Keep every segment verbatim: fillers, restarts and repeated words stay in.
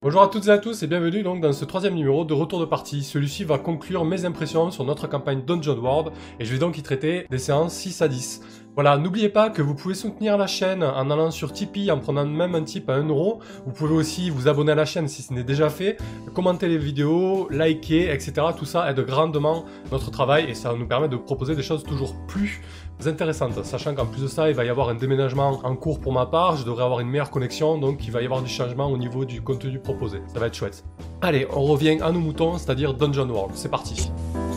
Bonjour à toutes et à tous et bienvenue donc dans ce troisième numéro de Retour de partie. Celui-ci va conclure mes impressions sur notre campagne Dungeon World et je vais donc y traiter des séances six à dix. Voilà, n'oubliez pas que vous pouvez soutenir la chaîne en allant sur Tipeee, en prenant même un tip à un euro. Vous pouvez aussi vous abonner à la chaîne si ce n'est déjà fait, commenter les vidéos, liker, et cetera. Tout ça aide grandement notre travail et ça nous permet de proposer des choses toujours plus intéressantes. Sachant qu'en plus de ça, il va y avoir un déménagement en cours pour ma part, je devrais avoir une meilleure connexion, donc il va y avoir du changement au niveau du contenu proposé. Ça va être chouette. Allez, on revient à nos moutons, c'est-à-dire Dungeon World. C'est parti.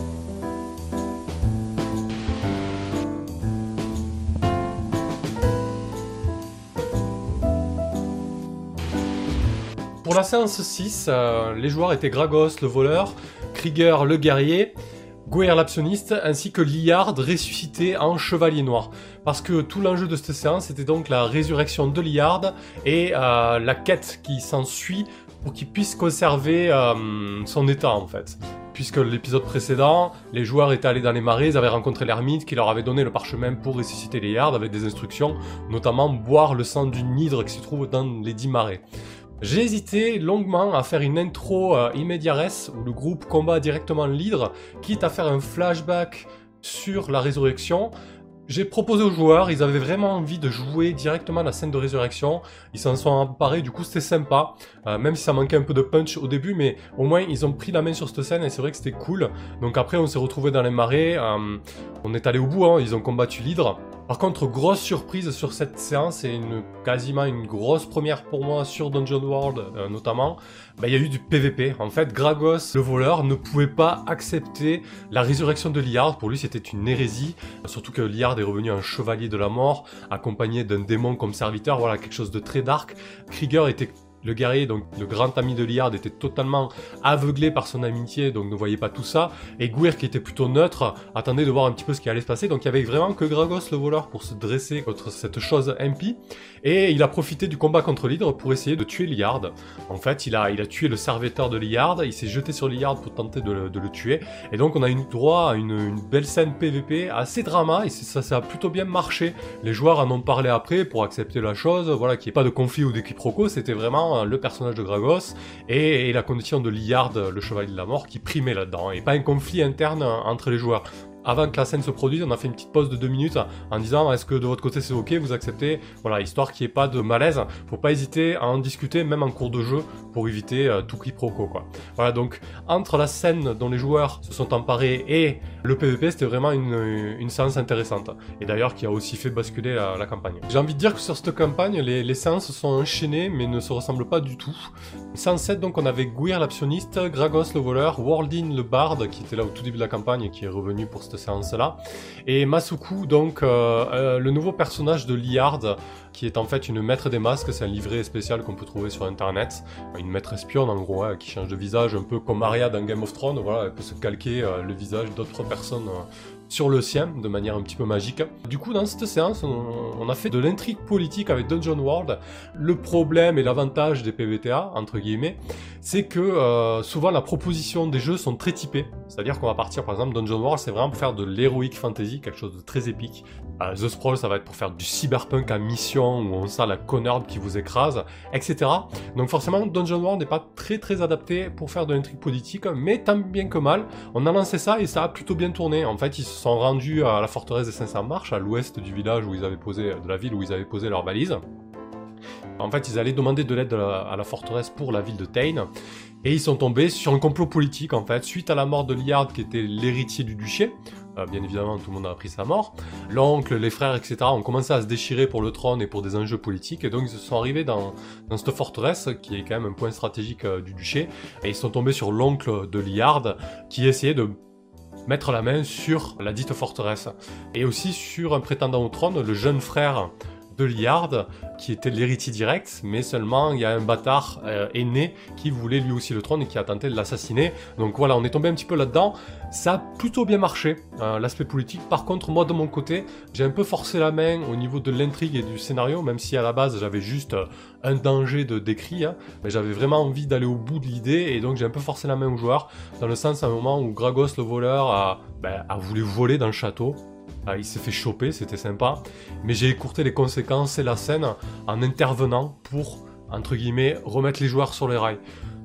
Pour la séance six, euh, les joueurs étaient Gragos, le voleur, Krieger, le guerrier, Gouer l'absonniste, ainsi que Liard ressuscité en chevalier noir. Parce que tout l'enjeu de cette séance était donc la résurrection de Liard et euh, la quête qui s'ensuit pour qu'il puisse conserver euh, son état en fait. Puisque l'épisode précédent, les joueurs étaient allés dans les marais, ils avaient rencontré l'ermite qui leur avait donné le parchemin pour ressusciter Liard avec des instructions, notamment boire le sang d'une hydre qui se trouve dans les dix marais. J'ai hésité longuement à faire une intro euh, immédiat res où le groupe combat directement l'hydre, quitte à faire un flashback sur la résurrection. J'ai proposé aux joueurs, ils avaient vraiment envie de jouer directement la scène de résurrection, ils s'en sont emparés, du coup c'était sympa, euh, même si ça manquait un peu de punch au début, mais au moins ils ont pris la main sur cette scène et c'est vrai que c'était cool. Donc après on s'est retrouvés dans les marais, euh, on est allé au bout, hein, ils ont combattu l'hydre. Par contre, grosse surprise sur cette séance, et une, quasiment une grosse première pour moi sur Dungeon World euh, notamment, bah, il y a eu du P V P. En fait, Gragos, le voleur, ne pouvait pas accepter la résurrection de Liard. Pour lui, c'était une hérésie, surtout que Liard est revenu un chevalier de la mort, accompagné d'un démon comme serviteur, voilà, quelque chose de très dark. Krieger était... Le guerrier, donc le grand ami de Liard, était totalement aveuglé par son amitié, donc ne voyait pas tout ça. Et Gouer, qui était plutôt neutre, attendait de voir un petit peu ce qui allait se passer. Donc il y avait vraiment que Gragos, le voleur, pour se dresser contre cette chose impie. Et il a profité du combat contre l'hydre pour essayer de tuer Liard. En fait, il a, il a tué le serviteur de Liard, il s'est jeté sur Liard pour tenter de le, de le tuer. Et donc on a eu droit à une, une belle scène P V P, assez drama, et ça, ça a plutôt bien marché. Les joueurs en ont parlé après pour accepter la chose, voilà, qu'il n'y ait pas de conflit ou de quiproquo, c'était vraiment le personnage de Gragos et, et la condition de Liard, le chevalier de la mort, qui primait là-dedans, et pas un conflit interne entre les joueurs. Avant que la scène se produise, on a fait une petite pause de deux minutes en disant est-ce que de votre côté c'est ok, vous acceptez, voilà, histoire qu'il n'y ait pas de malaise. Faut pas hésiter à en discuter même en cours de jeu pour éviter euh, tout quiproquo, quoi. Voilà, donc entre la scène dont les joueurs se sont emparés et le P V P, c'était vraiment une, une séance intéressante, et d'ailleurs qui a aussi fait basculer la, la campagne. J'ai envie de dire que sur cette campagne, les, les séances sont enchaînées mais ne se ressemblent pas du tout. séance sept, donc on avait Gouir l'absonniste, Gragos le voleur, Wardin le barde qui était là au tout début de la campagne et qui est revenu pour cette séance-là, et Masuku, donc euh, euh, le nouveau personnage de Liard, qui est en fait une maître des masques. C'est un livret spécial qu'on peut trouver sur internet, une maître espionne en gros, hein, qui change de visage un peu comme Arya dans Game of Thrones, voilà, elle peut se calquer euh, le visage d'autres personnes euh, sur le sien, de manière un petit peu magique. Du coup, dans cette séance, on, on a fait de l'intrigue politique avec Dungeon World. Le problème et l'avantage des P V T A, entre guillemets, c'est que euh, souvent la proposition des jeux sont très typées. C'est-à-dire qu'on va partir, par exemple, Dungeon World, c'est vraiment pour faire de l'heroic fantasy, quelque chose de très épique. Euh, The Sprawl, ça va être pour faire du cyberpunk à mission, où on sent la connerbe qui vous écrase, et cetera. Donc forcément, Dungeon World n'est pas très très adapté pour faire de l'intrigue politique, mais tant bien que mal, on a lancé ça et ça a plutôt bien tourné. En fait, ils se sont rendus à la forteresse des cinq cents marches, à l'ouest du village où ils avaient posé, de la ville où ils avaient posé leurs balises. En fait, ils allaient demander de l'aide à la forteresse pour la ville de Tain, et ils sont tombés sur un complot politique, en fait, suite à la mort de Liard, qui était l'héritier du duché. Euh, bien évidemment, tout le monde a appris sa mort. L'oncle, les frères, et cetera ont commencé à se déchirer pour le trône et pour des enjeux politiques, et donc ils se sont arrivés dans, dans cette forteresse, qui est quand même un point stratégique euh, du duché, et ils sont tombés sur l'oncle de Liard, qui essayait de mettre la main sur la dite forteresse, et aussi sur un prétendant au trône, le jeune frère de Liard, qui était l'héritier direct, mais seulement il y a un bâtard euh, aîné qui voulait lui aussi le trône et qui a tenté de l'assassiner. Donc voilà, on est tombé un petit peu là-dedans. Ça a plutôt bien marché, euh, l'aspect politique. Par contre, moi de mon côté, j'ai un peu forcé la main au niveau de l'intrigue et du scénario, même si à la base j'avais juste euh, un danger de décrit, hein, mais j'avais vraiment envie d'aller au bout de l'idée, et donc j'ai un peu forcé la main aux joueurs, dans le sens à un moment où Gragos le voleur a, ben, a voulu voler dans le château. Ah, il s'est fait choper, c'était sympa, mais j'ai écourté les conséquences et la scène en intervenant pour entre guillemets, remettre les joueurs sur les rails.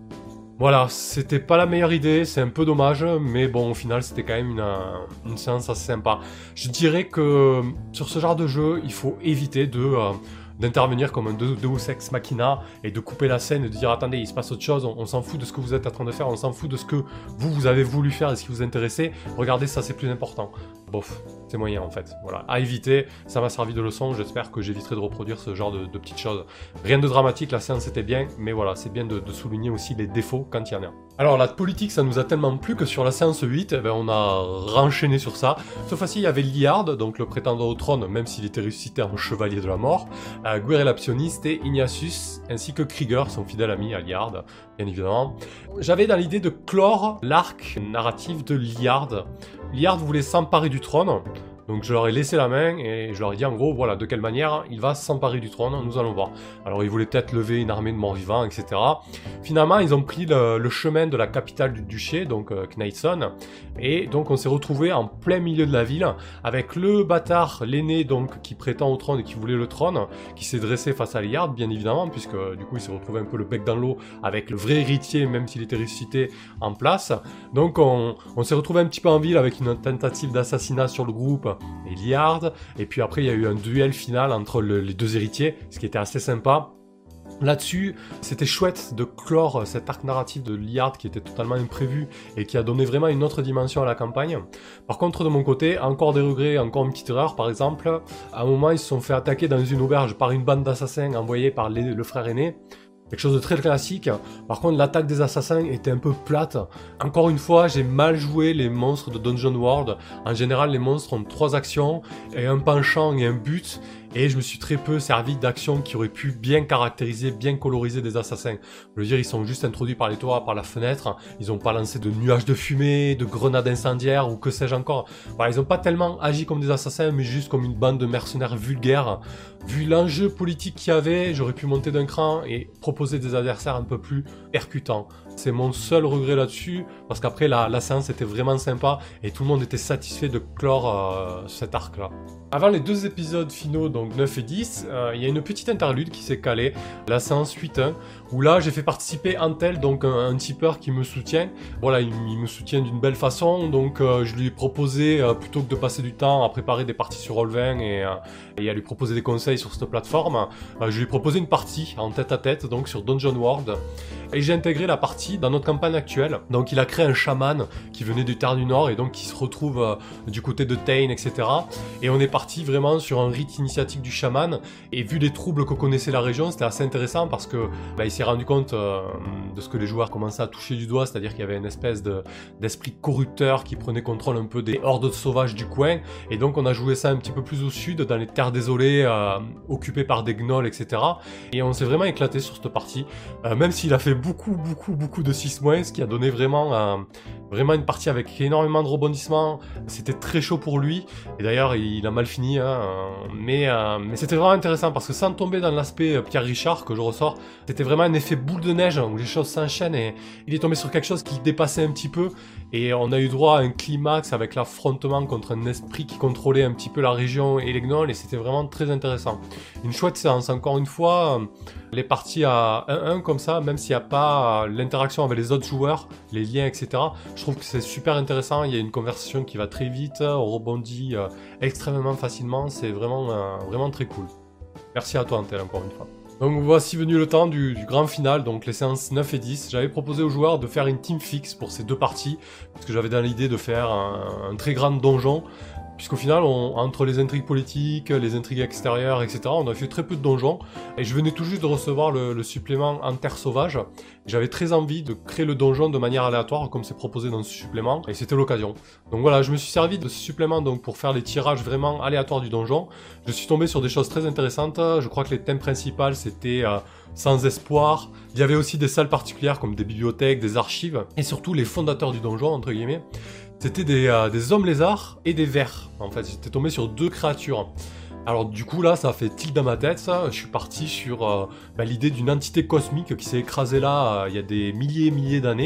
Voilà, c'était pas la meilleure idée, c'est un peu dommage, mais bon, au final, c'était quand même une, une séance assez sympa. Je dirais que sur ce genre de jeu, il faut éviter de... Euh, d'intervenir comme un Deus Ex Machina et de couper la scène et de dire attendez, il se passe autre chose, on, on s'en fout de ce que vous êtes en train de faire, on s'en fout de ce que vous, vous avez voulu faire et ce qui vous intéressait, regardez, ça c'est plus important. Bof, c'est moyen en fait, voilà, à éviter, ça m'a servi de leçon, j'espère que j'éviterai de reproduire ce genre de, de petites choses. Rien de dramatique, la séance était bien, mais voilà, c'est bien de, de souligner aussi les défauts quand il y en a. Alors la politique, ça nous a tellement plu que sur la séance huit, eh ben, on a renchaîné sur ça. Cette fois-ci, il y avait Liard, donc le prétendant au trône, même s'il était ressuscité en chevalier de la mort, euh, Guerre l'Apsioniste et Ignatius, ainsi que Krieger, son fidèle ami à Liard, bien évidemment. J'avais dans l'idée de clore l'arc narratif de Liard. Liard voulait s'emparer du trône, donc je leur ai laissé la main et je leur ai dit en gros, voilà, de quelle manière il va s'emparer du trône, nous allons voir. Alors ils voulaient peut-être lever une armée de morts-vivants, et cetera. Finalement, ils ont pris le, le chemin de la capitale du duché, donc euh, Knaitson, et donc on s'est retrouvé en plein milieu de la ville, avec le bâtard, l'aîné donc, qui prétend au trône et qui voulait le trône, qui s'est dressé face à Liard, bien évidemment, puisque du coup il s'est retrouvé un peu le bec dans l'eau, avec le vrai héritier, même s'il était ressuscité, en place. Donc on, on s'est retrouvé un petit peu en ville avec une tentative d'assassinat sur le groupe, et Liard, et puis après il y a eu un duel final entre le, les deux héritiers, ce qui était assez sympa. Là-dessus, c'était chouette de clore cet arc narratif de Liard qui était totalement imprévu et qui a donné vraiment une autre dimension à la campagne. Par contre, de mon côté, encore des regrets, encore une petite erreur. Par exemple, à un moment, ils se sont fait attaquer dans une auberge par une bande d'assassins envoyée par les, le frère aîné. Quelque chose de très classique. Par contre, l'attaque des assassins était un peu plate. Encore une fois, j'ai mal joué les monstres de Dungeon World. En général, les monstres ont trois actions, et un penchant et un but. Et je me suis très peu servi d'actions qui auraient pu bien caractériser, bien coloriser des assassins. Je veux dire, ils sont juste introduits par les toits, par la fenêtre. Ils n'ont pas lancé de nuages de fumée, de grenades incendiaires ou que sais-je encore. Voilà, ils n'ont pas tellement agi comme des assassins, mais juste comme une bande de mercenaires vulgaires. Vu l'enjeu politique qu'il y avait, j'aurais pu monter d'un cran et proposer des adversaires un peu plus percutants. C'est mon seul regret là-dessus, parce qu'après la, la séance était vraiment sympa et tout le monde était satisfait de clore euh, cet arc-là. Avant les deux épisodes finaux, donc neuf et dix, euh, il y a une petite interlude qui s'est calée, la séance huit un, où là j'ai fait participer Antel, donc un, un tipeur qui me soutient. Voilà, il, il me soutient d'une belle façon, donc euh, je lui ai proposé, euh, plutôt que de passer du temps à préparer des parties sur Roll vingt et, euh, et à lui proposer des conseils sur cette plateforme, euh, je lui ai proposé une partie en tête à tête, donc sur Dungeon World. Et j'ai intégré la partie dans notre campagne actuelle. Donc il a créé un chaman qui venait du Terre du Nord et donc qui se retrouve euh, du côté de Tain, et cetera. Et on est parti vraiment sur un rite initiatique du chaman. Et vu les troubles que connaissait la région, c'était assez intéressant parce que bah, il s'est rendu compte euh, de ce que les joueurs commençaient à toucher du doigt, c'est-à-dire qu'il y avait une espèce de, d'esprit corrupteur qui prenait contrôle un peu des hordes sauvages du coin. Et donc on a joué ça un petit peu plus au sud, dans les terres désolées, euh, occupées par des gnolls, et cetera. Et on s'est vraiment éclaté sur cette partie, euh, même s'il a fait beaucoup, beaucoup, beaucoup de six moins, ce qui a donné vraiment, euh, vraiment une partie avec énormément de rebondissements. C'était très chaud pour lui, et d'ailleurs il a mal fini, hein, euh, mais, euh, mais c'était vraiment intéressant, parce que sans tomber dans l'aspect euh, Pierre Richard que je ressors, c'était vraiment un effet boule de neige, où les choses s'enchaînent, et il est tombé sur quelque chose qui le dépassait un petit peu, et on a eu droit à un climax avec l'affrontement contre un esprit qui contrôlait un petit peu la région et les gnolls, et c'était vraiment très intéressant. Une chouette séance, encore une fois. Euh, Les parties à un un comme ça, même s'il n'y a pas l'interaction avec les autres joueurs, les liens, et cetera, je trouve que c'est super intéressant. Il y a une conversation qui va très vite, on rebondit euh, extrêmement facilement, c'est vraiment, euh, vraiment très cool. Merci à toi Antel encore une fois. Donc voici venu le temps du, du grand final, donc les séances neuf et dix. J'avais proposé aux joueurs de faire une team fixe pour ces deux parties, parce que j'avais dans l'idée de faire un, un très grand donjon. Puisqu'au final, on, entre les intrigues politiques, les intrigues extérieures, et cetera, on a fait très peu de donjons. Et je venais tout juste de recevoir le, le supplément en terre sauvage. J'avais très envie de créer le donjon de manière aléatoire, comme c'est proposé dans ce supplément, et c'était l'occasion. Donc voilà, je me suis servi de ce supplément donc, pour faire les tirages vraiment aléatoires du donjon. Je suis tombé sur des choses très intéressantes. Je crois que les thèmes principaux, c'était euh, sans espoir. Il y avait aussi des salles particulières, comme des bibliothèques, des archives, et surtout les fondateurs du donjon, entre guillemets. C'était des, euh, des hommes lézards et des vers. En fait, j'étais tombé sur deux créatures. Alors du coup là, ça a fait tilt dans ma tête, ça. Je suis parti sur euh, bah, l'idée d'une entité cosmique qui s'est écrasée là euh, il y a des milliers et milliers d'années,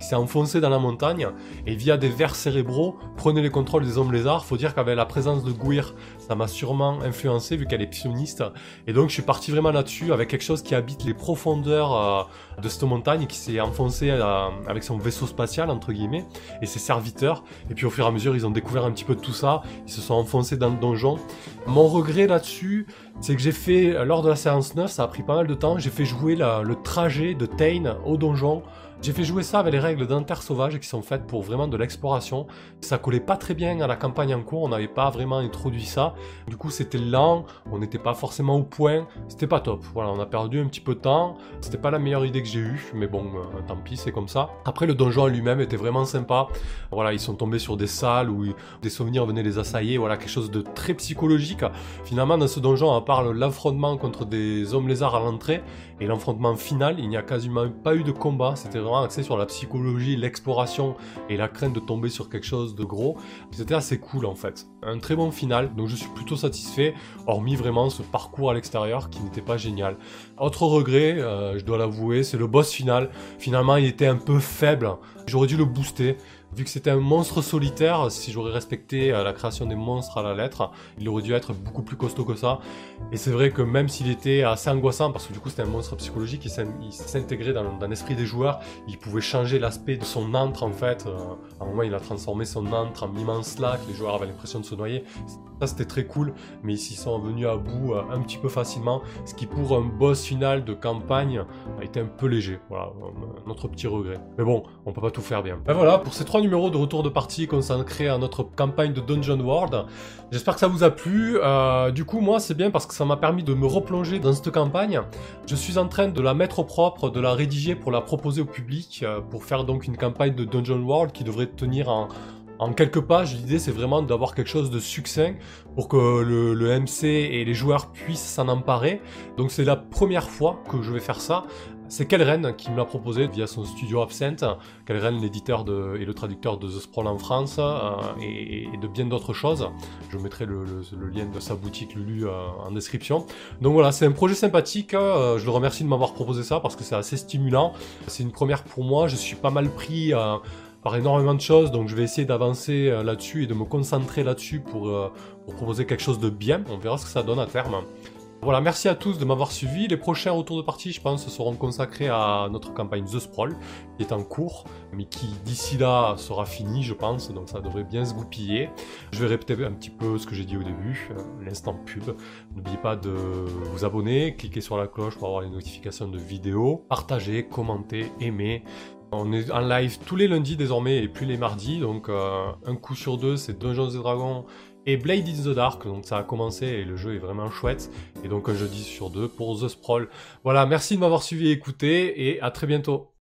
qui s'est enfoncé dans la montagne, et via des vers cérébraux, prenait les contrôles des hommes lézards. Faut dire qu'avec la présence de Gwir, ça m'a sûrement influencé, vu qu'elle est psioniste, et donc je suis parti vraiment là-dessus, avec quelque chose qui habite les profondeurs euh, de cette montagne, qui s'est enfoncé euh, avec son vaisseau spatial, entre guillemets, et ses serviteurs, et puis au fur et à mesure, ils ont découvert un petit peu de tout ça, ils se sont enfoncés dans le donjon. Mon regret là-dessus, c'est que j'ai fait, lors de la séance neuf, ça a pris pas mal de temps, j'ai fait jouer la, le trajet de Tain au donjon. J'ai fait jouer ça avec les règles d'Inter Sauvage qui sont faites pour vraiment de l'exploration. Ça collait pas très bien à la campagne en cours, on n'avait pas vraiment introduit ça. Du coup c'était lent, on n'était pas forcément au point, c'était pas top. Voilà, on a perdu un petit peu de temps, c'était pas la meilleure idée que j'ai eue, mais bon, euh, tant pis, c'est comme ça. Après le donjon lui-même était vraiment sympa. Voilà, ils sont tombés sur des salles où des souvenirs venaient les assailler, voilà, quelque chose de très psychologique. Finalement dans ce donjon, à part l'affrontement contre des hommes lézards à l'entrée, et l'affrontement final, il n'y a quasiment pas eu de combat, c'était vraiment axé sur la psychologie, l'exploration et la crainte de tomber sur quelque chose de gros. C'était assez cool en fait. Un très bon final, donc je suis plutôt satisfait, hormis vraiment ce parcours à l'extérieur qui n'était pas génial. Autre regret, euh, je dois l'avouer, c'est le boss final. Finalement, il était un peu faible. J'aurais dû le booster. Vu que c'était un monstre solitaire, si j'aurais respecté la création des monstres à la lettre, il aurait dû être beaucoup plus costaud que ça. Et c'est vrai que même s'il était assez angoissant, parce que du coup c'était un monstre psychologique, il s'intégrait dans, dans l'esprit des joueurs, il pouvait changer l'aspect de son antre en fait. À un moment il a transformé son antre en immense lac, les joueurs avaient l'impression de se noyer. Ça c'était très cool, mais ils s'y sont venus à bout un petit peu facilement, ce qui pour un boss final de campagne a été un peu léger. Voilà, notre petit regret. Mais bon, on peut pas tout faire bien. Ben voilà, pour ces trois numéros de retour de partie consacrés à notre campagne de Dungeon World. J'espère que ça vous a plu. Euh, du coup, moi, c'est bien parce que ça m'a permis de me replonger dans cette campagne. Je suis en train de la mettre au propre, de la rédiger pour la proposer au public, euh, pour faire donc une campagne de Dungeon World qui devrait tenir en... En quelques pages, l'idée c'est vraiment d'avoir quelque chose de succinct pour que le, le M C et les joueurs puissent s'en emparer. Donc c'est la première fois que je vais faire ça. C'est Kelren qui me l'a proposé via son studio Absinthe. Kelren, l'éditeur de, et le traducteur de The Sprawl en France euh, et, et de bien d'autres choses. Je mettrai le, le, le lien de sa boutique Lulu euh, en description. Donc voilà, c'est un projet sympathique. Euh, je le remercie de m'avoir proposé ça parce que c'est assez stimulant. C'est une première pour moi. Je suis pas mal pris... Euh, par énormément de choses, donc je vais essayer d'avancer euh, là-dessus et de me concentrer là-dessus pour, euh, pour proposer quelque chose de bien. On verra ce que ça donne à terme. Voilà, merci à tous de m'avoir suivi. Les prochains retours de partie, je pense, seront consacrés à notre campagne The Sprawl, qui est en cours, mais qui d'ici là sera finie, je pense, donc ça devrait bien se goupiller. Je vais répéter un petit peu ce que j'ai dit au début, euh, l'instant pub. N'oubliez pas de vous abonner, cliquez sur la cloche pour avoir les notifications de vidéos, partagez, commentez, aimez. On est en live tous les lundis désormais et plus les mardis, donc euh, un coup sur deux c'est Donjons et Dragons et Blade in the Dark, donc ça a commencé et le jeu est vraiment chouette, et donc un jeudi sur deux pour The Sprawl. Voilà, merci de m'avoir suivi et écouté, et à très bientôt.